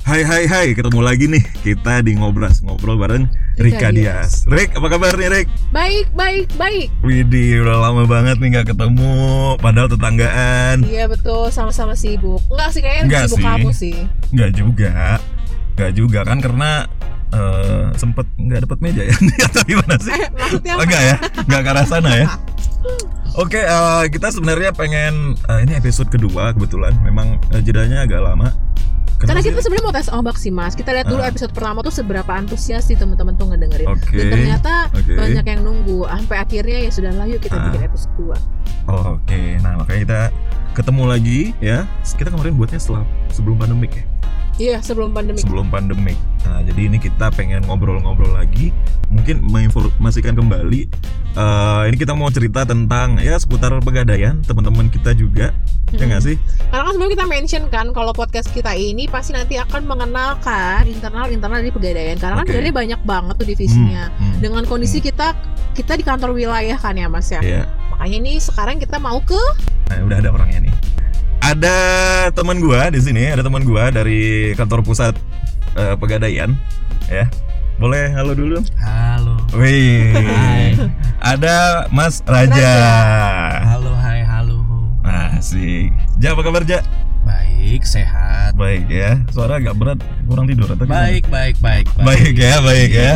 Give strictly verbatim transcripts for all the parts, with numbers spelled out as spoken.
Hai hai hai, ketemu lagi nih kita di Ngobras, ngobrol bareng Rika Dias. Rik, apa kabar nih Rik? Baik, baik, baik. Widih, udah lama banget nih gak ketemu, padahal tetanggaan. Iya betul, sama-sama sibuk. Enggak sih, kayaknya Enggak sibuk sih. kamu sih. Enggak juga, enggak juga kan karena uh, sempet nggak dapat meja ya? Atau gimana sih? Eh, maksudnya apa? Enggak ya, enggak ke arah sana ya. Oke, uh, kita sebenarnya pengen uh, ini episode kedua kebetulan, memang uh, jedanya agak lama. Karena Kenapa kita sih? sebenarnya mau tes ombak sih mas. Kita lihat dulu Ah. episode pertama tuh seberapa antusias sih teman-teman tuh ngedengerin. Oke, Dan ternyata oke. banyak yang nunggu. Sampai akhirnya ya sudah lah, yuk kita Ah. bikin episode dua. Oh, Oke, nah makanya kita ketemu lagi ya. Kita kemarin buatnya setelah sebelum pandemik ya. Iya, sebelum pandemi. Sebelum pandemik. Nah, jadi ini kita pengen ngobrol-ngobrol lagi, mungkin menginformasikan kembali. Uh, ini kita mau cerita tentang ya seputar pegadaian teman-teman kita juga, ya nggak sih? Karena kan sebelum kita mention kan kalau podcast kita ini pasti nanti akan mengenalkan internal-internal dari pegadaian. Karena Oke. kan dari banyak banget tuh divisinya. Hmm, hmm, Dengan kondisi kita kita di kantor wilayah kan ya mas ya. Iya. Makanya ini sekarang kita mau ke Nah, udah ada orangnya nih. Ada teman gua di sini, ada teman gua dari kantor pusat uh, pegadaian, ya. Boleh halo dulu? Halo. Wih. Hai. Ada Mas Raja. Halo, hai, halo. Asik. Ja, apa kabar Ja? Baik, sehat. Baik ya. Suara agak berat, kurang tidur atau gimana? Baik, baik, baik, Baik ya, baik ya.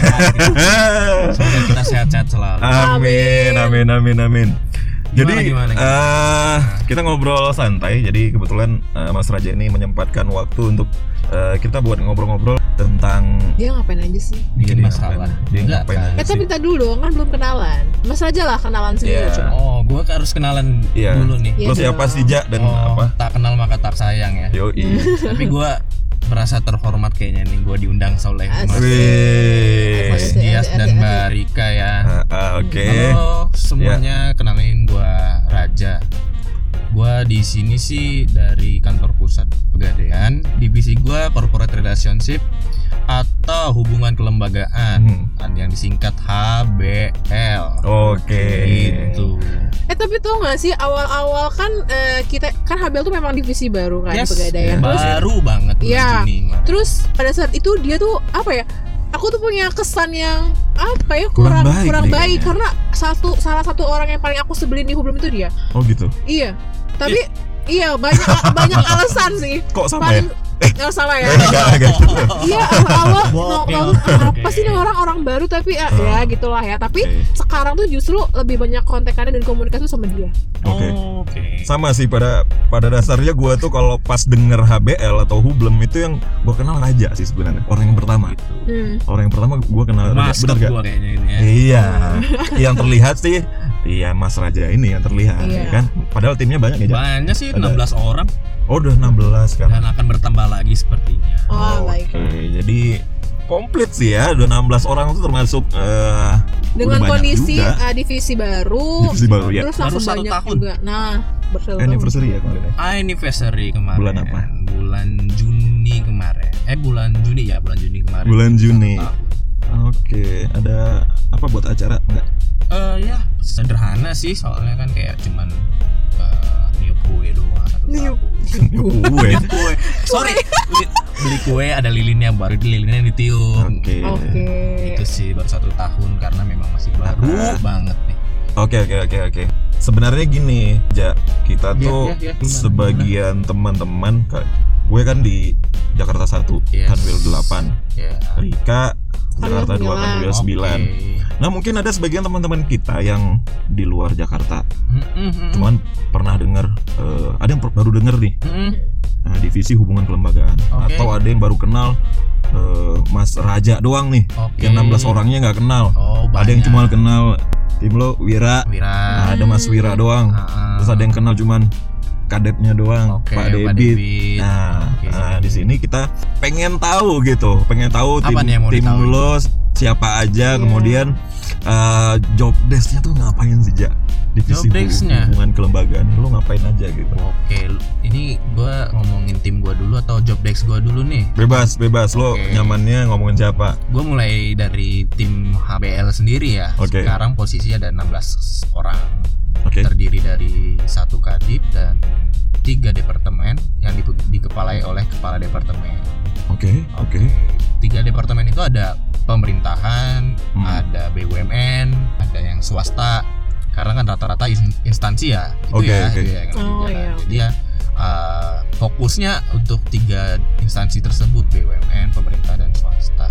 Semoga kita sehat-sehat selalu. Amin, amin, amin, amin. Jadi Gimana, gimana, gimana? eh, kita ngobrol santai. Jadi kebetulan eh, Mas Raja ini menyempatkan waktu untuk eh, kita buat ngobrol-ngobrol tentang dia ngapain aja sih? Bikin dia masalah. ngapain, dia Enggak, ngapain kan. aja Eh tapi sih. kita dulu kan belum kenalan. Mas aja lah kenalan sendiri. Iya. coba. Oh, gue harus kenalan Iya. dulu nih. Iya Lo dong. siapa sih Ja dan oh, apa? tak kenal maka tak sayang ya. Yoi. Tapi gue merasa terhormat kayaknya nih, gue diundang oleh Asik. Mas Wih. Mas Asik, Dias asik, dan asik, Mbak asik. Rika ya. Ah, ah, Oke. Halo semuanya, kenalin gue Raja. Gua di sini sih dari kantor pusat pegadaian, divisi gua corporate relationship atau hubungan kelembagaan, Hmm. yang disingkat H B L. Oke. Gitu. Eh tapi tau gak sih awal-awal kan eh, kita kan H B L tuh memang divisi baru kan di Yes, pegadaian. Terus, baru banget bulan Iya. Juni kemarin. terus pada saat itu dia tuh apa ya? Aku tuh punya kesan yang apa ya Kurang kurang baik kurang nih baik kayaknya. karena satu salah satu orang yang paling aku sebelin di Hublem itu dia. Oh gitu. Iya. Tapi iya banyak banyak alasan sih. Kok sama ya? Paling nggak sama ya. Enggak, enggak. Iya awal-awal no, Oke, no, oke, apa oke. sih nih orang-orang baru tapi ya, ya gitulah ya. Tapi Oke. sekarang tuh justru lebih banyak kontekannya dan komunikasi sama dia. Oke. Oh, Oke. Sama sih pada pada dasarnya gue tuh kalau pas denger H B L atau Hublem itu yang gue kenal Raja sih sebenarnya, orang yang pertama. Gitu. Hmm. Orang yang pertama gue kenal Raja, Maskot bener gak? gua kayaknya ini ya. Iya, yang terlihat sih, iya Mas Raja ini yang terlihat, Iya. ya kan? Padahal timnya banyak ya, Ja? Banyak sih, Ada. enam belas orang Oh udah enam belas kan? dan akan bertambah lagi sepertinya. Oh, baik. Oke, jadi komplit sih ya, udah enam belas orang itu termasuk eh, Dengan udah banyak kondisi juga. uh, divisi baru, Divisi baru ya. terus langsung Baru satu banyak tahun. juga. Nah, bersatu Anniversary ya kemarin ya? Anniversary kemarin. Bulan apa? Bulan Juni kemarin. Eh bulan Juni ya, bulan Juni kemarin. Bulan Juni. Satu tahun. Oke, ada apa buat acara enggak? Eh ya sederhana sih, soalnya kan kayak cuman uh, niup kue doang satu Niup. tahun. Kue. Niup kue. Sorry, beli, beli kue ada lilinnya, baru di lilinnya yang ditiup. Oke. Oke. Itu sih baru satu tahun karena memang masih baru Ah. banget nih. Oke oke oke oke. Sebenarnya gini, Ja, kita Iya, tuh iya, iya. Gimana, sebagian teman-teman, Kak, gue kan di Jakarta satu, Yes. Kanwil delapan, Ya. Rika Jakarta dua, sembilan. Kanwil sembilan. Oke. Nah mungkin ada sebagian teman-teman kita yang di luar Jakarta, Mm-mm. cuman pernah dengar, eh, ada yang per- baru dengar nih, Mm-mm. nah, divisi hubungan kelembagaan, Oke. atau ada yang baru kenal eh, Mas Raja doang nih, Oke. yang enam belas orangnya nggak kenal. Oh, Ada yang banyak. cuma kenal tim lo Wira, Wira. nah, ada Mas Wira doang. Ah. Terus ada yang kenal cuman kadepnya doang, Oke, Pak Pak Debit. Debit. Nah, Oke. nah, di sini kita pengen tahu gitu, pengen tahu Apa tim nih yang mau tim ditahu? lo siapa aja, Iya. kemudian eh, job desk-nya tuh ngapain sih, Ja? Divisi Job desk-nya? hubungan kelembagaan lo ngapain aja gitu. Oke, ini gua ngomongin tim gua dulu atau job desk gua dulu nih. Bebas, bebas. Lo Oke. nyamannya ngomongin siapa? Gue mulai dari tim H B L sendiri ya. Oke. Sekarang posisinya ada enam belas orang. Oke. Terdiri dari satu kadip dan tiga departemen yang di- dikepalai oleh kepala departemen. Oke, oke. Tiga departemen itu ada pemerintahan, Hmm. ada B U M N, ada yang swasta. Karena kan rata-rata in- instansi ya, gitu Oke, ya, oke. gitu ya, yang Oh, berjalan. iya. Jadi ya uh, fokusnya untuk tiga instansi tersebut, B U M N, pemerintah dan swasta.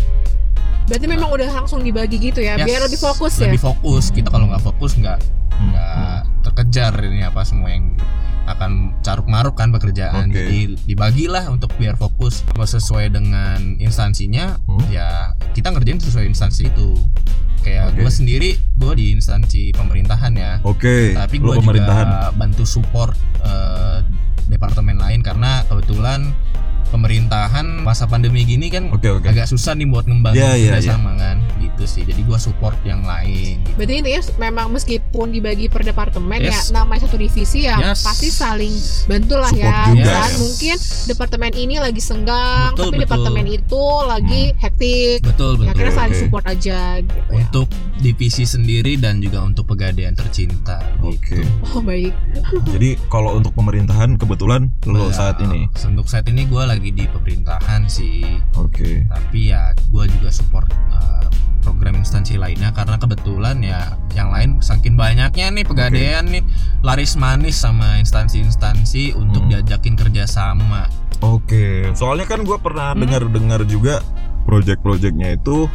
Berarti memang udah langsung dibagi gitu ya, Yes, biar lebih fokus ya. Lebih fokus. Kita kalau nggak fokus nggak Hmm. nggak terkejar ini apa semua yang akan caruk maruk kan pekerjaan. Oke. Jadi dibagilah untuk biar fokus sesuai dengan instansinya. Hmm. Ya kita ngerjain sesuai instansi itu. Kayak Oke. gue sendiri, gue di instansi pemerintahan ya. Oke. Tapi Lu gue pemerintahan. juga bantu support eh, departemen lain karena kebetulan pemerintahan masa pandemi gini kan Oke, oke. agak susah nih buat ngembangin Ya, ya, kerjasama kan gitu sih. Jadi gue support yang lain. Gitu. Berarti intinya memang meskipun dibagi per departemen Yes. ya namanya satu divisi ya Yes. pasti saling bantu lah Support ya. juga. Dan Yes. mungkin departemen ini lagi senggang, Betul, tapi betul. departemen itu lagi hektik. Betul Ya betul. akhirnya saling oke. support aja gitu ya. Untuk divisi sendiri dan juga untuk pegadaian tercinta. Oke. Gitu. Oh baik. Jadi kalau untuk pemerintahan kebetulan lo Ya, saat ini. Untuk saat ini gue lagi di pemerintahan sih. Oke. Tapi ya gue juga support uh, program instansi lainnya karena kebetulan ya yang lain saking banyaknya nih pegadaian nih laris manis sama instansi-instansi untuk Hmm. diajakin kerjasama. Oke. Soalnya kan gue pernah Hmm. dengar-dengar juga project-projectnya itu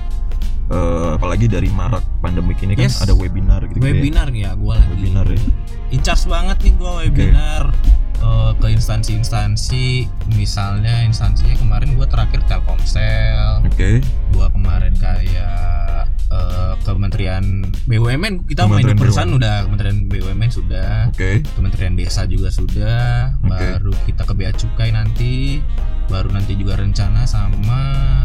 eh, apalagi dari marak pandemik ini kan Yes. ada webinar gitu. Webinar ya gue lagi. Webinar ya. In charge banget nih gue webinar uh, ke instansi-instansi. Misalnya instansinya kemarin gue terakhir Telkomsel. Oke. Gua kemarin kayak uh, Kementerian B U M N, kita main Kementerian perusahaan B U M N. udah Kementerian B U M N sudah, Oke. Kementerian Desa juga sudah, Oke. baru kita ke Bea Cukai nanti, baru nanti juga rencana sama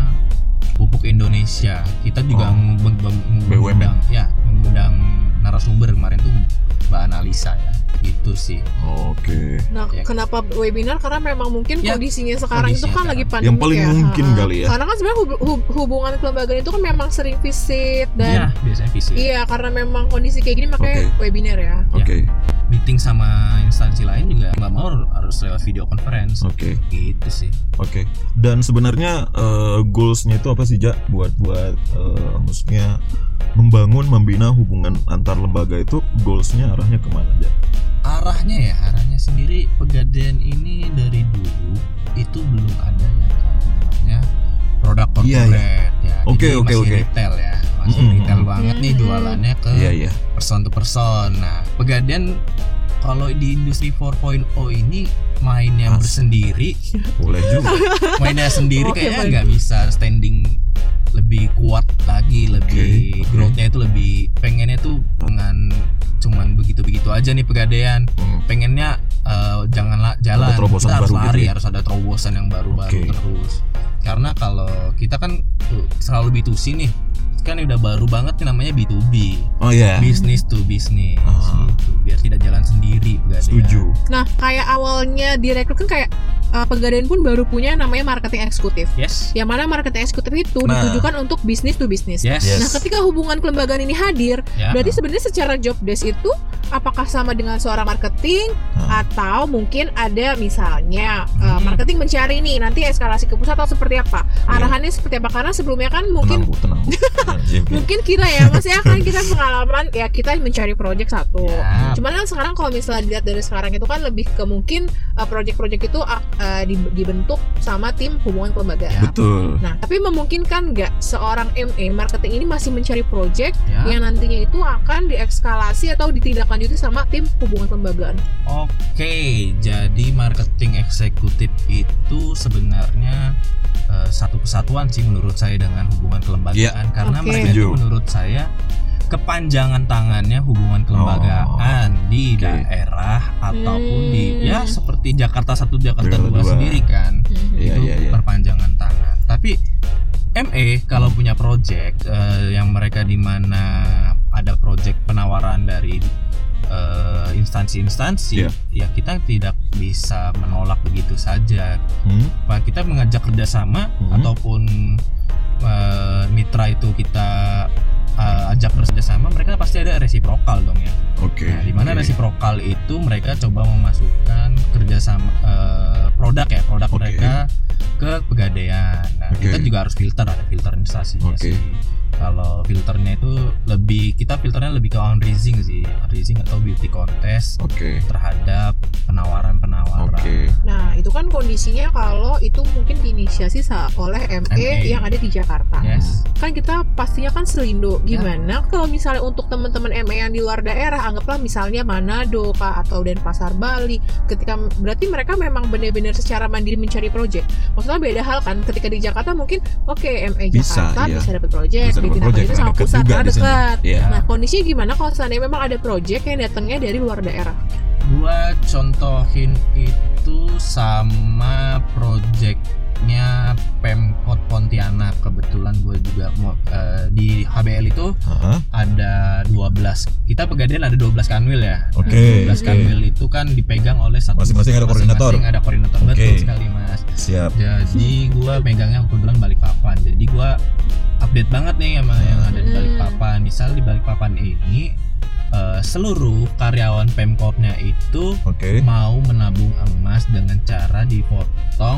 Pupuk Indonesia. Kita juga Oh. meng- meng- B U M N. mengundang, ya mengundang narasumber kemarin tuh Mbak Analisa ya, gitu sih. Oke. Nah, Ya. kenapa webinar? Karena memang mungkin Ya, kondisinya sekarang itu kondisinya kan lagi sekarang. pandemi Yang paling ya. mungkin Ha-ha. kali ya. Karena kan sebenarnya hub- hub- hubungan kelembagaan itu kan memang sering visit Ya, dan biasanya visit. iya karena memang kondisi kayak gini makanya Oke. webinar ya. Oke. Meeting sama instansi lain juga nggak mau harus lewat video conference. Oke. Gitu sih. Oke. Dan sebenarnya eh, goalsnya itu apa sih, Jak? Buat buat eh, maksudnya membangun, membina hubungan antar lembaga itu goalsnya arahnya kemana, Jak? Arahnya ya, arahnya sendiri pegadaian ini dari dulu itu belum ada yang kayak namanya produk corporate Iya, iya. ya. Oke, Jadi oke, masih oke. retail ya. Masih Mm-mm, retail mm-mm. banget nih Mm-mm. jualannya ke Iya, iya. person to person. Nah, pegadaian kalau di industri empat titik nol ini mainnya Asik. bersendiri, Boleh juga. mainnya sendiri Oke, kayaknya baik. nggak bisa standing lebih kuat lagi, lebih oke. growth-nya itu lebih pengennya tuh dengan cuman begitu-begitu aja nih pegadaian. Hmm. Pengennya eh, janganlah jalan, Ada terobosan kita harus baru gitu lari, ya? harus ada terobosan yang baru-baru Oke. terus. Karena kalau kita kan tuh, selalu B to C nih, kan udah baru banget nih namanya B to B, Oh iya. business to business, Ah. gitu. Biar tidak jalan sendiri pegadaian. Setuju. Nah, kayak awalnya direkrut kan kayak uh, pegadaian pun baru punya namanya marketing eksekutif. Yes. Yang mana marketing eksekutif itu Nah. ditujukan untuk bisnis to bisnis. Yes. Yes. Nah, ketika hubungan kelembagaan ini hadir, Ya. berarti sebenarnya secara job desk itu apakah sama dengan seorang marketing Nah. atau mungkin ada misalnya uh, Hmm. marketing mencari nih nanti eskalasi ke pusat atau seperti apa? Iya. Arahannya seperti apa? Karena sebelumnya kan mungkin Tenang, Bu, tenang. Bu. Nah, Jim, Jim. mungkin kita ya masih akan kita pengalaman ya kita mencari project satu. Ya. Cuman kan sekarang kalau misalnya dilihat dari sekarang itu kan lebih ke mungkin uh, project-project itu uh, uh, di- dibentuk sama tim hubungan kelembagaan. Betul. Nah, tapi memungkinkan nggak seorang M A marketing ini masih mencari project Ya. yang nantinya itu akan diekskalasi atau ditindaklanjuti sama tim hubungan kelembagaan? Oke, jadi marketing eksekutif itu sebenarnya eh, satu kesatuan sih menurut saya dengan hubungan kelembagaan karena Oke. mereka itu Setuju. menurut saya kepanjangan tangannya hubungan kelembagaan di oke. daerah ataupun di Hmm. ya seperti Jakarta satu Jakarta Jakarta dua dua. sendiri kan. Iya, Itu iya, iya. perpanjangan tangan. Tapi M A kalau punya project eh, yang mereka di mana ada project penawaran dari eh, instansi-instansi, Iya. ya kita tidak bisa menolak begitu saja. Hmm? Pak, kita mengajak kerjasama Hmm. ataupun eh, mitra itu kita eh, ajak bekerjasama, mereka pasti ada resiprokal dong ya. Oke. Nah, di mana oke. resiprokal itu mereka coba memasukkan kerjasama eh, produk ya, produk Oke. mereka ke Pegadaian. Nah, Oke. kita juga harus filter, ada filter investasinya Oke. sih. Kalau filternya itu lebih, kita filternya lebih ke on-raising sih, on-raising atau beauty contest Oke. terhadap penawaran-penawaran. Oke. Nah, itu kan kondisinya kalau itu mungkin diinisiasi sa- oleh M E, M E. yang ada di Jakarta. Yes. Kan kita pastinya kan selindo. Ya. Gimana kalau misalnya untuk teman-teman M E yang di luar daerah, anggaplah misalnya Manado Kak atau Denpasar Bali, ketika berarti mereka memang benar-benar secara mandiri mencari proyek. Maksudnya beda hal kan, ketika di Jakarta mungkin oke M E Bisa, Jakarta iya. bisa dapat proyek, Bisa dapat ditindaklanjuti project, sama deket pusat juga karena di sini. dekat. Iya. Nah, kondisinya gimana kalau seandainya memang ada proyek yang datangnya dari luar daerah? Gua contohin itu sama projectnya Pemkot Pontianak. Kebetulan gue juga mau eh, di H B L itu Heeh. ada dua belas, kita Pegadaian ada dua belas kanwil ya. Oke, Nah, dua belas oke. kanwil itu kan dipegang oleh satu, Masing-masing ada koordinator. masing-masing ada koordinator. Oke. Betul sekali Mas. Siap. Jadi gua megangnya kebetulan Balikpapan. Jadi gua update banget nih sama yang ada di Hmm. Balikpapan. Misal di Balikpapan ini eh, seluruh karyawan Pemkotnya itu Oke. mau menabung emas dengan cara dipotong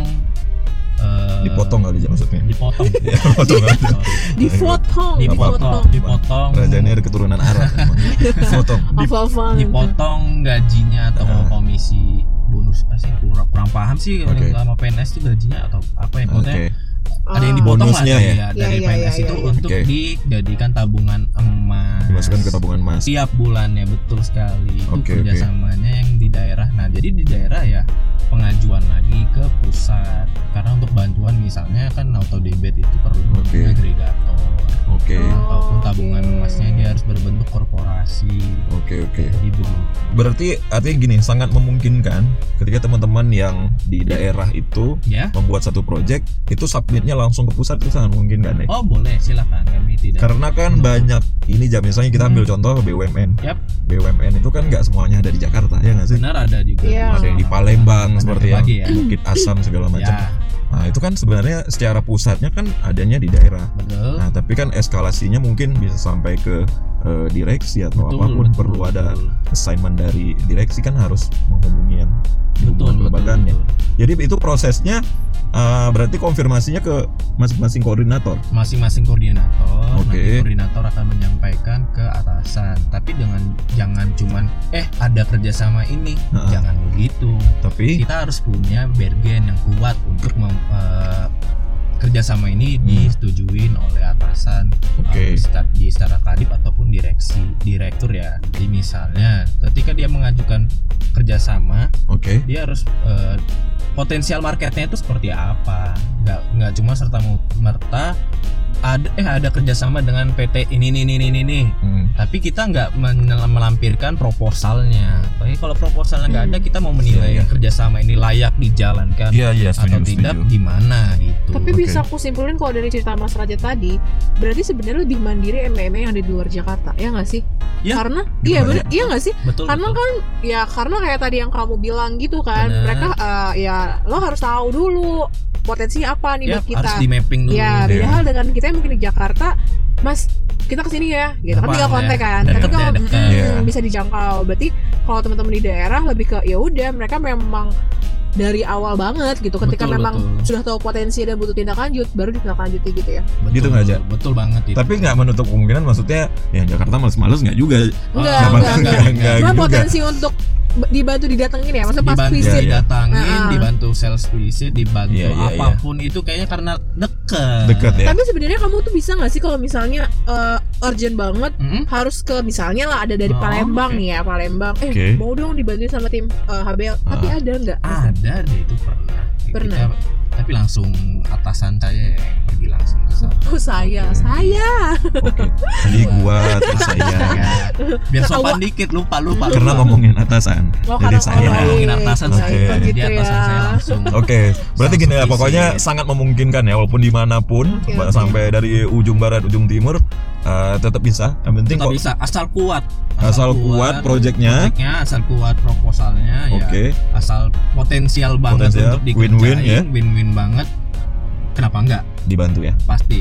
eh, Dipotong kali aja maksudnya. dipotong Ya, potong aja. Sorry. Dipotong, dipotong dipotong Rajanya ada keturunan Arab. emang. Potong. Apa-apa. dipotong gajinya atau Ah. komisi bonus apa sih, kurang, kurang paham sih kalau Oke. yang sama P N S itu gajinya atau apa ya, pokoknya Oke. ada yang Ah. dipotong lah Bonusnya dari, ya? ya, dari Iya, P N S iya, itu iya, iya. untuk Oke. dijadikan tabungan emas Dimasukkan ke tabungan emas. tiap bulannya. Betul sekali. Itu Oke, oke. kerjasamanya yang di daerah. Nah jadi di daerah ya pengajuan lagi ke pusat, karena untuk bantuan misalnya kan auto debit itu perlu Oke. agregator Oke. Oh. ataupun tabungan Oke. emasnya dia harus berbentuk korporasi. Oke, oke. Jadi begitu. Berarti artinya gini, sangat memungkinkan ketika teman-teman yang di daerah itu Ya. membuat satu project itu submitnya langsung ke pusat, itu sangat memungkinkan ya. Oh boleh, silakan, kami tidak. Karena kan Hmm. banyak ini jam misalnya kita ambil Hmm. contoh B U M N. Yap. B U M N itu kan nggak semuanya ada di Jakarta ya nggak sih? Benar, ada juga. Iya. Ada yang di Palembang Ada seperti yang lagi ya. Bukit Asam segala macam. Ya, Nah itu kan sebenarnya secara pusatnya kan adanya di daerah. betul. Nah tapi kan eskalasinya mungkin bisa sampai ke eh, direksi atau Betul, apapun, betul, perlu ada betul. assignment dari direksi, kan harus menghubungi yang Betul, hubungan betul, kelembagaannya. betul. Jadi itu prosesnya eh, berarti konfirmasinya ke masing-masing koordinator. Masing-masing koordinator, Oke. nanti koordinator akan menyampaikan ke atasan. Tapi dengan jangan cuman eh ada kerjasama ini, Nah. jangan begitu. Tapi Kita harus punya bergen yang kuat untuk mem, eh, kerjasama ini Hmm. disetujuin oleh atasan, Oke. eh, secara- di secara kadip ataupun direksi, direktur ya. Jadi misalnya ketika dia mengajukan kerjasama, oke. dia harus eh, potensial marketnya itu seperti apa, nggak nggak cuma serta merta ada eh ada kerjasama dengan P T ini ini ini ini, ini. Hmm. Tapi kita nggak men- melampirkan proposalnya. Tapi kalau proposalnya nggak ada, kita mau menilai Iya, iya. kerjasama ini layak dijalankan Iya iya atau setuju tidak setuju. gimana gitu. Tapi Oke. bisa aku simpulin kalau dari cerita Mas Raja tadi, berarti sebenarnya lebih mandiri M M E yang ada di luar Jakarta, ya nggak sih? Ya, Karena gitu iya aja. bener, iya nggak sih? betul. Karena betul. kan ya karena kayak tadi yang kamu bilang gitu kan, Bener. mereka eh, ya lo harus tahu dulu potensinya apa nih ya, buat kita. harus di mapping dulu. Ya beda Iya. hal dengan kita yang mungkin di Jakarta, Mas kita kesini ya, gitu kan Gampang tinggal ya. kontak kan. Deket Tapi kalau ya, deket. mm, Iya. bisa dijangkau, berarti kalau teman-teman di daerah lebih ke ya udah mereka memang dari awal banget gitu. Ketika Betul, memang betul. sudah tahu potensi dan butuh tindak lanjut, baru ditindaklanjuti gitu ya. Betul, Gitu nggak, Ja? betul banget itu. Tapi nggak menutup kemungkinan, maksudnya yang Jakarta males-males nggak juga. Enggak, Oh, enggak, Jakarta enggak. nggak nggak Cuma juga. potensi untuk b- dibantu didatengin ya, maksudnya pas dibantu visit. Iya, iya. didatangin, Nah. dibantu sales visit, dibantu Iya, iya, iya. apapun itu kayaknya karena deket. Deket ya. Tapi sebenarnya kamu tuh bisa nggak sih kalau misalnya eh, urgent banget Mm-mm. harus ke misalnya lah ada dari Oh, Palembang oke. nih ya, Palembang. Eh Oke. mau dong dibantuin sama tim eh, H B L, tapi Ah. ada nggak? Ada deh itu pernah. Pernah. Kita- tapi langsung atasan saya yang pergi langsung ke sana. Oh saya, Oke. saya. Oke. Jadi gua terus saya. Ya, biar sopan Awak- dikit, lupa lupa. Karena lupa. ngomongin atasan. Oh, Jadi karena saya. Kalau baik. ngomongin atasan Oke. saya, jadi Gitu atasan ya. saya langsung. Oke, berarti gini ya, Langsung pokoknya visit. sangat memungkinkan ya, walaupun dimanapun, Oke, ba- oke. sampai dari ujung barat, ujung timur, eh, tetap bisa. Yang penting Tetap kok bisa asal kuat. asal kuat proyeknya. proyeknya, asal kuat proposalnya, Oke. ya. Asal potensial banget Potensial, untuk dikerjain, win-win ya. win-win banget. Kenapa enggak? Dibantu ya. Pasti.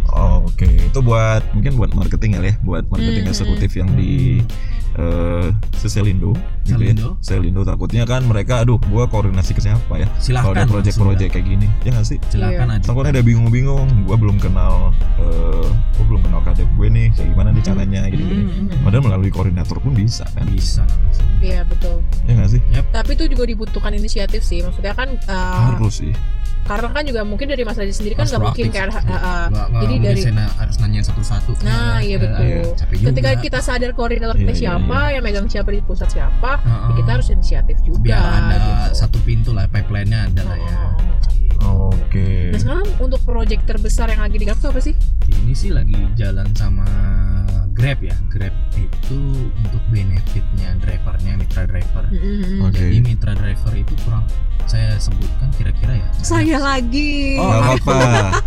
Oh, oke. Okay. Itu buat mungkin buat marketing ya, buat marketing Hmm. eksekutif yang di uh, Selindo gitu ya. Selindo. Selindo takutnya kan mereka aduh gua koordinasi ke siapa ya kalau ada Silahkan project-project kayak gini. Ya nggak sih? silakan aja. Takutnya ada bingung-bingung, gua belum kenal uh, gua belum kenal kadep gue nih, kayak gimana nih caranya gini-gini. Hmm. Padahal melalui koordinator pun bisa kan. Bisa langsung. Iya betul. Ya nggak sih? Tapi itu juga dibutuhkan inisiatif sih. Maksudnya kan uh, Harus sih. karena kan juga mungkin dari Mas Raja sendiri kan Harus nggak mungkin proaktif. kayak uh, uh, Nggak- nggak jadi mungkin dari saya na- harus nanyain satu-satu. Nah, iya Ya, betul. ya, capek juga. ketika kita sadar koordinator Iya, kita iya, siapa, yang megang siapa di pusat siapa, Heeh. ya kita harus inisiatif juga. biar ada gitu. satu pintu lah, pipeline-nya ada lah ya. Oh. Oke. Nah sekarang untuk proyek terbesar yang lagi digarap tuh apa sih? Ini sih lagi jalan sama Grab ya. Grab itu untuk benefitnya drivernya, mitra driver. Mm-mm. Oke. Jadi mitra driver itu kurang saya sebutkan kira-kira ya. Saya lagi. Oh, Nggak apa-apa.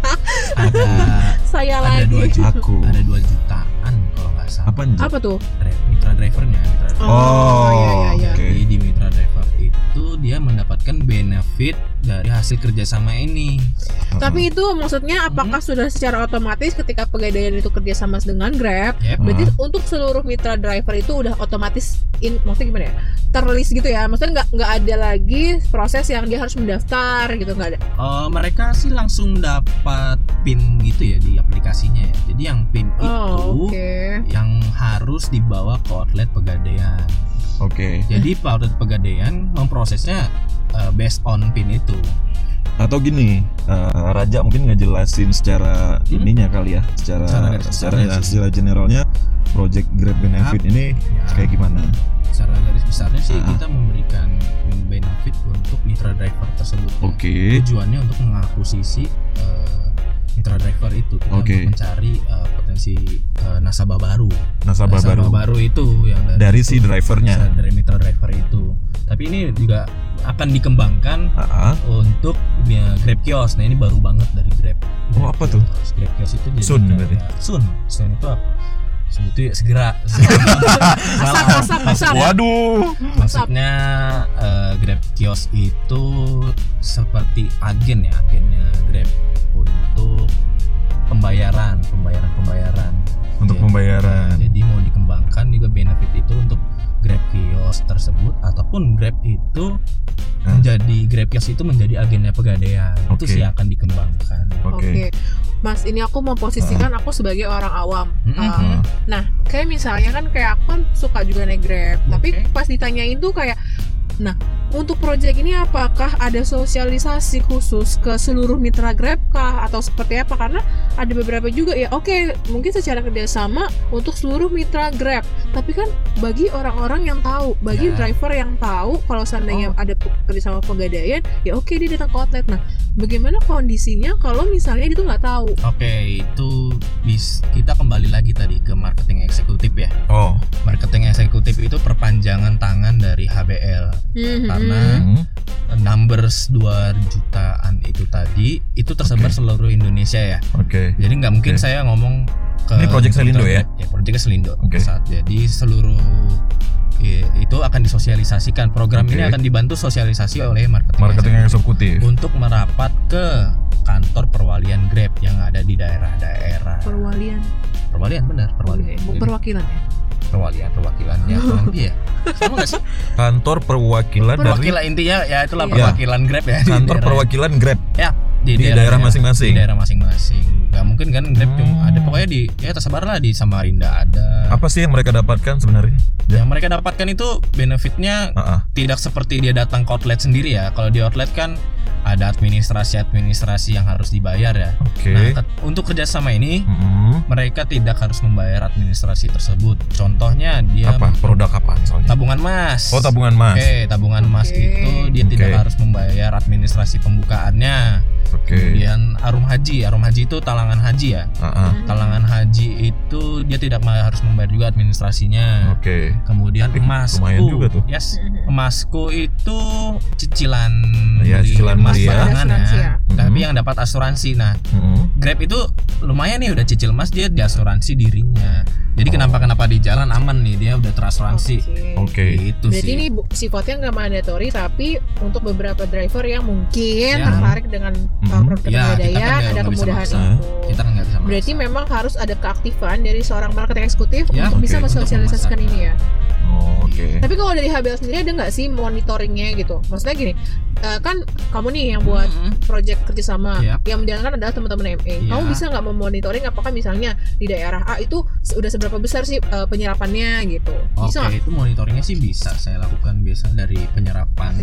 Ada Saya ada lagi. dua juta, Aku. ada dua jutaan kalau nggak salah. Apa anjir? Apa tuh? Dri- Mitra drivernya, mitra driver. Oh, iya iya iya. oke. Jadi di mitra driver itu dia mendapatkan benefit dari hasil kerjasama ini. Tapi itu maksudnya apakah sudah secara otomatis ketika Pegadaian itu kerjasama dengan Grab, Yep. berarti Hmm. untuk seluruh mitra driver itu udah otomatis in, maksudnya gimana ya? Terlist gitu ya? Maksudnya nggak nggak ada lagi proses yang dia harus mendaftar gitu, nggak ada. Eh, mereka sih langsung dapat pin gitu ya di aplikasinya ya. Jadi yang pin Oh, itu oke. yang harus dibawa ke outlet Pegadaian. Oke. Jadi Pak outlet Pegadaian memprosesnya uh, based on pin itu. Atau gini, uh, Raja mungkin ngejelasin secara Hmm? ininya kali ya, secara Secara garis secara, besarnya sih. secara generalnya project Grab Benefit Ap- ini ya. kayak gimana? Secara garis besarnya sih Ah. kita memberikan benefit untuk mitra driver tersebut. ya. Oke. Tujuannya untuk mengakuisisi uh, mitra driver itu kita Oke. untuk mencari uh, potensi uh, nasabah baru. Nasabah baru baru itu yang dari si drivernya. dari mitra driver itu. Tapi ini juga akan dikembangkan Ah, ah. untuk ya, Grab Kios. Nah ini baru banget dari Grab. Oh, Grab apa tuh? Kios. Grab Kios itu jadi Soon kayak- berarti? Soon. Soon itu apa? Soon itu ya segera. Asap asap asap. Waduh. Maksudnya eh, Grab Kios itu seperti agen ya, agennya Grab untuk pembayaran, pembayaran, pembayaran. Untuk Jadi- pembayaran. Jadi mau dikembangkan juga benefit itu untuk Grab Kios tersebut ataupun Grab itu Hah? menjadi Grab Kios itu menjadi agennya Pegadaian. Itu Oke. sih akan dikembangkan. Oke. Oke. Mas, ini aku mau posisikan aku sebagai orang awam. Mm-mm. Uh, Nah, kayak misalnya kan kayak aku kan suka juga naik Grab, tapi Oke. pas ditanyain tuh kayak, nah untuk proyek ini apakah ada sosialisasi khusus ke seluruh mitra Grab kah atau seperti apa? Karena ada beberapa juga ya, oke mungkin secara kerjasama untuk seluruh mitra Grab, tapi kan bagi orang-orang yang tahu, bagi Ya. driver yang tahu kalau seandainya Oh. ada pe- kerjasama Pegadaian, ya oke dia datang ke outlet. Nah, bagaimana kondisinya kalau misalnya dia tuh nggak tahu? Oke, itu bis kita kembali lagi tadi ke marketing eksekutif ya. Oh. Marketing eksekutif itu perpanjangan tangan dari H B L. Hmm, Karena Hmm. numbers dua jutaan itu tadi itu tersebar Oke. seluruh Indonesia ya. Oke. Jadi nggak mungkin Oke. saya ngomong ke Ini Project Selindo ya? Ya, Project Selindo. Oke. Saat jadi seluruh i- itu akan disosialisasikan. Program Oke. ini akan dibantu sosialisasi oleh marketing, Marketing eksekutif eksekutif. untuk merapat ke kantor perwalian Grab yang ada di daerah-daerah. perwalian, Perwalian benar, perwalian. Bu- Jadi, perwakilan ya. perwalian, perwakilannya kurang lebih ya. Sama nggak sih? Kantor perwakilan dari Perwakilan intinya ya itulah Iya. perwakilan Grab ya. di kantor daerah- perwakilan Grab ya di daerah masing-masing. Di daerah masing-masing. Gak mungkin kan Grab Hmm. cuma ada pokoknya di ya tersebar lah di Samarinda ada. Apa sih yang mereka dapatkan sebenarnya? Yang mereka dapatkan itu benefitnya Ah, ah. tidak seperti dia datang ke outlet sendiri ya. Kalau di outlet kan ada administrasi-administrasi yang harus dibayar ya. Oke. Nah, ke- untuk kerjasama ini Mm-mm. mereka tidak harus membayar administrasi tersebut. Contohnya dia Apa? Produk apa misalnya? tabungan emas. Oh, tabungan emas. Oke, tabungan emas Oke. itu dia Oke. tidak harus membayar administrasi pembukaannya. Oke. Kemudian arum haji, arum haji itu talangan haji ya. Ah, ah. Talangan haji itu dia tidak ma- harus membayar juga administrasinya. Oke. Kemudian Eh, emasku, lumayan juga tuh. yes, emasku itu cicilan Ya, beli cicilan emas beli ya. barengan Asuransi ya. Tapi Mhm. yang dapat asuransi. Nah, Mm-mm. Grab itu lumayan nih udah cicil emas dia diasuransi dirinya. Jadi Oh. kenapa kenapa di jalan aman nih dia udah terasuransi. Oke. Oke. Itu Berarti sih. ini bu- sifatnya nggak mandatory, tapi untuk beberapa driver yang mungkin Ya. tertarik dengan uh, Mhm. produk Ya, kita kan Pegadaian nggak- ada nggak bisa kemudahan maksa. itu. Kita kan nggak bisa Berarti memang harus ada keaktifan dari seorang marketing eksekutif Ya, untuk oke. bisa mensosialisasikan Untuk ini ya. Oh, oke. Tapi kalau dari H B L sendiri ada nggak sih monitoringnya gitu? Maksudnya gini, eh, kan kamu nih yang buat Mm-mm. project kerjasama, Yap. yang menjalankan adalah teman-teman M A. Iya. Kamu bisa nggak memonitoring apakah misalnya di daerah A itu udah seberapa besar sih eh, penyerapannya gitu? Bisa Oke, nggak? itu monitoringnya sih bisa saya lakukan biasa dari penyerapan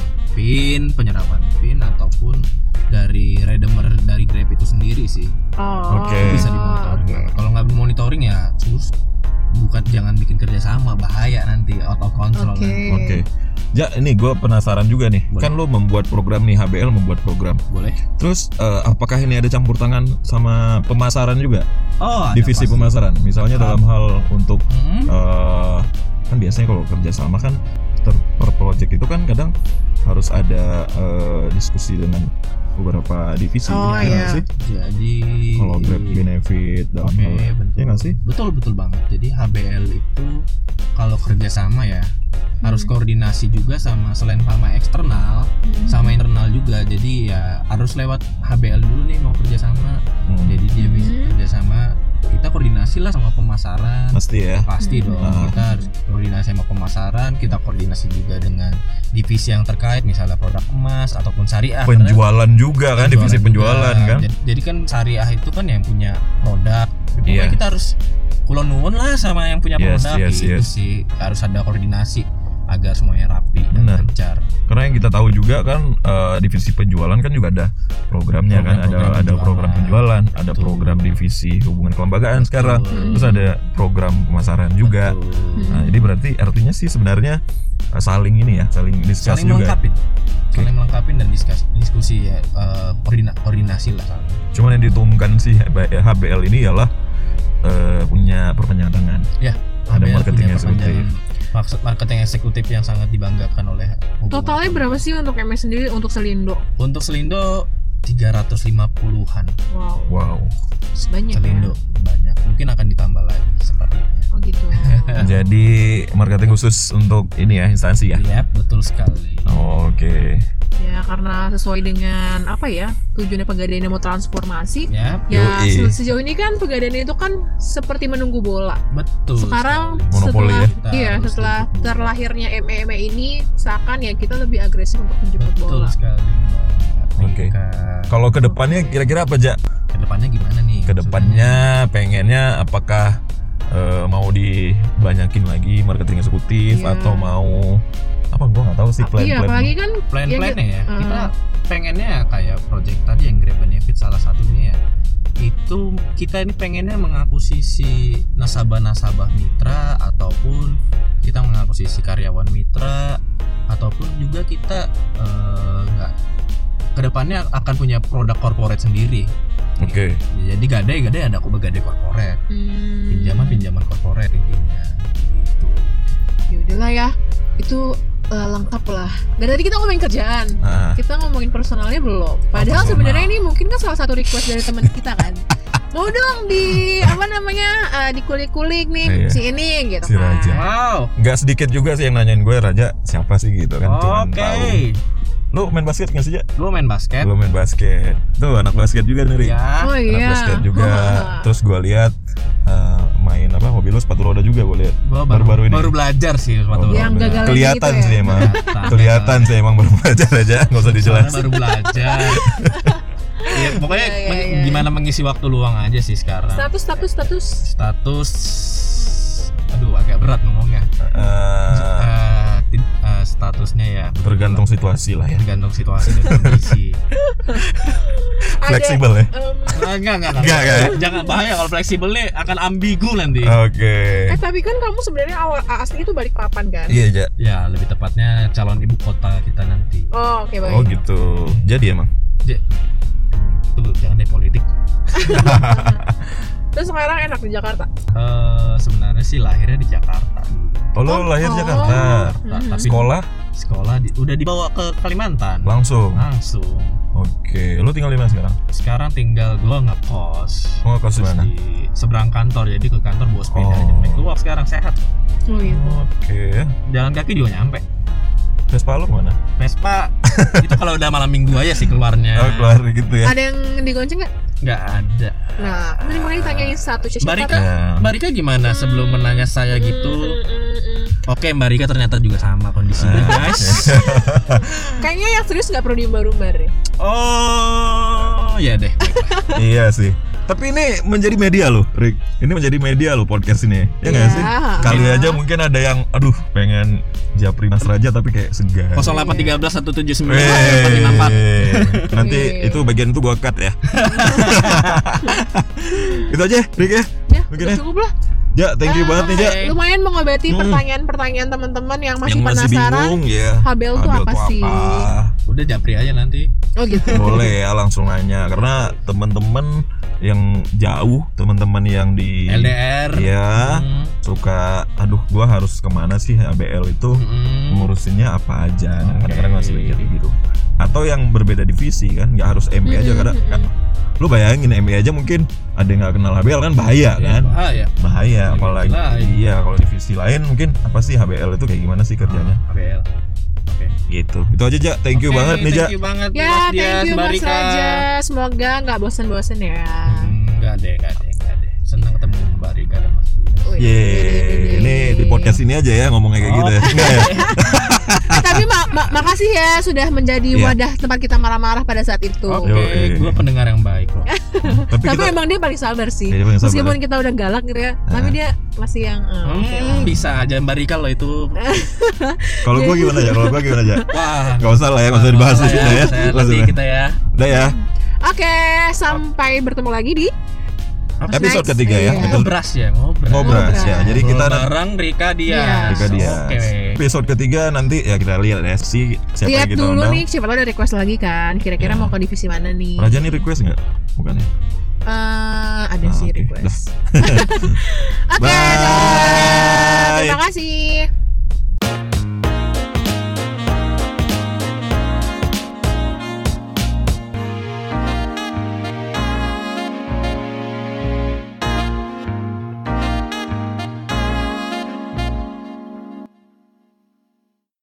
pin, penyerapan pin ataupun dari redeemer dari Grab itu sendiri sih. Oh, Oke. Bisa dimonitoring oke. banget. Kalau nggak monitoring ya sus bukan jangan bikin kerja sama, bahaya nanti out of control. Oke. nanti. Oke. Ja, ini gue penasaran juga nih. Boleh. Kan lo membuat program nih, H B L membuat program. Boleh? Terus eh, apakah ini ada campur tangan sama pemasaran juga? Oh, ada Divisi pasti. pemasaran. Misalnya Ah. dalam hal untuk Hmm? eh, kan biasanya kalau kerja sama kan ter- per project itu kan kadang harus ada eh, diskusi dengan beberapa divisi. Oh, ya nggak iya. sih? Jadi Kalau Grab benefit dalam Oke, hal betul. ya nggak sih? Betul betul banget. Jadi H B L itu kalau kerjasama ya harus Hmm. koordinasi juga sama selain sama eksternal Hmm. sama internal juga. Jadi ya harus lewat H B L dulu nih mau kerjasama. Hmm. Jadi dia bisa Hmm. kerjasama. Kita koordinasi lah sama pemasaran. Pasti ya. Pasti Hmm. dong. Ah. Kita harus koordinasi sama pemasaran. Kita koordinasi juga dengan divisi yang terkait, misalnya produk emas ataupun syariah. Penjualan juga kan, divisi penjualan juga. kan. Jadi, jadi kan syariah itu kan yang punya produk. Pokoknya Iya. kita harus kulon nuwun lah sama yang punya Yes, produk yes, gitu yes. sih. Harus ada koordinasi agar semuanya rapi dan Benar. lancar. Karena yang kita tahu juga kan eh, divisi penjualan kan juga ada programnya kan, ada Program-program ada penjualan. program penjualan, ada Betul. program divisi hubungan kelembagaan sekarang, Betul. terus ada program pemasaran juga. Betul. Nah, jadi berarti artinya sih sebenarnya eh, saling ini ya, saling discuss Saling juga. melengkapi. Saling melengkapi dan diskusi, diskusi ya, eh, koordina- koordinasi lah saling. Cuman yang ditumkan sih H B L ini ialah eh, punya perpanjangan tangan. Ya, Ada H B L marketing punya eksekutif. perpanjangan- Maksud marketing eksekutif yang sangat dibanggakan oleh hubungan. Totalnya berapa sih untuk M A sendiri untuk Selindo? Untuk Selindo tiga ratus lima puluhan. Wow, Wow. banyak Selindo ya. banyak. Mungkin akan ditambah lagi sepertinya. Oh gitu. Jadi marketing khusus untuk ini ya, instansi ya. Iya, betul sekali. Oh, Oke. Ya karena sesuai dengan apa ya tujuannya Pegadaian yang mau transformasi. Ya, Ya Yoi. se- sejauh ini kan Pegadaian itu kan seperti menunggu bola. betul. Sekarang sekali. Monopoli setelah ya? Kita iya harus setelah jemput bola. terlahirnya M A M A ini seakan ya kita lebih agresif untuk menjemput Betul bola. sekali, Mbak. Oke. Rika. Kalau kedepannya kira-kira apa aja? Kedepannya gimana nih? Kedepannya pengennya apakah eh, mau dibanyakin lagi marketing eksekutif Iya. atau mau apa? Gua nggak tahu sih Iya, plan-plan. apalagi kan Plan-plannya ya, Uh. kita pengennya kayak project tadi yang Grab Benefit salah satunya ya. Itu kita ini pengennya mengakuisisi nasabah-nasabah mitra ataupun kita mengakuisisi karyawan mitra ataupun juga kita eh, nggak kedepannya akan punya produk corporate sendiri. Oke. Jadi gadai-gadai ada kok gadai corporate, hmm, pinjaman-pinjaman corporate intinya. Gitu. ya udahlah ya. Itu eh, lengkap lah. Dan tadi kita ngomongin kerjaan. Nah, Kita ngomongin personalnya belum. Padahal personal. sebenarnya ini mungkin kan salah satu request dari teman kita kan. Mau dong di apa namanya eh, dikulik-kulik nih Iya. si ini gitu Si kan. Raja. Wow. nggak sedikit juga sih yang nanyain gue, Raja siapa sih gitu kan? Cuman Oke. tahu. Lu main basket nggak sih, Ja? Lu main basket? Lu main basket. Tuh anak basket juga nih, Ri. Ya. Oh Anak iya. basket juga. Terus gue lihat eh, main apa? Hobi lu sepatu roda juga gue lihat. Gua Baru-baru ini. baru belajar sih sepatu Oh, Yang roda. gagal Kelihatan gitu ya? sih emang. Kelihatan. Kelihatan sih emang baru belajar aja, nggak usah Soalnya dijelasin. baru belajar. Iya, pokoknya Iya, iya, meng- iya. gimana mengisi waktu luang aja sih sekarang. Status status status. Status aduh agak berat ngomongnya. Eh, Eh, ti- eh, statusnya ya tergantung situasi lah ya. tergantung situasi dan kondisi. Fleksibel ya. Em, Ah, enggak, enggak, Enggak, enggak. Jangan bahaya kalau fleksibel nih akan ambigu nanti. Oke. eh tapi kan kamu sebenarnya awal asli itu balik papan kan? Iya, Ja. Ya, lebih tepatnya calon ibu kota kita nanti. Oh oke baik. Oh gitu. Jadi emang. J- Tuh, jangan deh politik. Terus sekarang enak di Jakarta. Eh, sebenarnya sih lahirnya di Jakarta. Oh, lu lahir di Jakarta. Ta- Mhm. Tapi Sekolah sekolah di- udah dibawa ke Kalimantan. langsung. Langsung. Oke. Lu tinggal di mana sekarang? Sekarang tinggal gua ngekos. Oh, kos di Terus mana? di seberang kantor, jadi ke kantor bawa sepeda Oh. aja. Main keluar sekarang sehat. Oh gitu. Oke. Jalan kaki juga nyampe. Vespa lu mana? Vespa itu kalau udah malam minggu aja sih keluarnya. Oh, keluar gitu ya. Ada yang digonceng nggak? Nggak ada. Nah, tadi makanya ditanyain satu siapa Mbak Rika, tuh? Ya. Mbak Rika gimana sebelum menanya saya gitu? Mm, mm, mm. Oke, Mbak Rika ternyata juga sama kondisinya, guys. Kayaknya yang serius nggak perlu diumbar-umbar ya. Oh, ya deh. baiklah. Iya sih. Tapi ini menjadi media loh, Rick. Ini menjadi media loh podcast ini. Ya nggak Iya. sih? Kali aja mungkin ada yang, aduh, pengen Japri Mas Raja tapi kayak segan. nol delapan tiga belas satu tujuh sembilan Wey. empat lima empat. Nanti Wey. itu bagian itu gua cut ya. Itu aja, Rick ya. Ya, Mungkin udah ya. cukup lah. Ja, thank you Ah, banget nih, Ja. Lumayan mengobati Hmm. pertanyaan-pertanyaan teman-teman yang masih Yang masih penasaran. bingung ya. Habel tuh apa sih? Udah Japri aja nanti. Oh gitu. Boleh ya langsung nanya karena teman-teman yang jauh, teman-teman yang di L D R. Iya. Hmm. Suka aduh gua harus kemana sih A B L itu Hmm. ngurusinnya apa aja. Nah, Oke. kadang-kadang masih mikir gitu. Atau yang berbeda divisi kan, nggak harus M B aja Mm-mm, kadang mm-mm. kan. Lu bayangin M B aja mungkin ada yang nggak kenal H B L kan bahaya kan. Bahaya. Bahaya Divisi apalagi lain. iya kalau divisi lain mungkin apa sih H B L itu kayak gimana sih kerjanya A B L. Oke. gitu. Itu aja Ja, thank you Oke, banget nih Ja. Thank you banget Ya, Mas thank Dias, you Mbak Mas Rika. Raja. Semoga nggak bosan-bosan ya. Hmm, Enggak deh, enggak deh, enggak deh. Senang ketemu Mbak Rika dan Mas Dias. Wih, Ye, wih, ini di podcast ini aja ya ngomongnya kayak gitu ya. Enggak ya? Eh, tapi ma- ma- makasih ya sudah menjadi Iya. wadah tempat kita marah-marah pada saat itu. Oke, Yoi. gue pendengar yang baik kok. Tapi Tapi kita emang dia paling sabar sih. Iya, dia paling sabar. Meskipun kita udah galak gitu ya, tapi dia masih yang eh, oke lah. Hmm, bisa aja Mbak Rika lo itu. kalau gua gimana ya? Kalau gua gimana ya? Wah, Enggak usah lah ya, enggak usah dibahas Lah udah ya. Saya Nggak usah nanti lah. kita ya. Udah ya. Oke, sampai bertemu lagi di Apa sih? Episode Next, ketiga ya. iya. Episode Ngobras ya, ngobras. ngobras ya. Jadi kita Ngobrol nanti bareng Rika Iya. Dias. Rika dia. Oke. Episode ketiga nanti ya kita lihat ya si siapa lihat yang kita dulu undang. nih, siapa tahu ada request lagi kan. Kira-kira Ya. mau ke divisi mana nih? Raja nih request enggak? Bukan ya? Eh, ada Ah, sih oke. request. Oke, Bye. teman-teman. Terima kasih.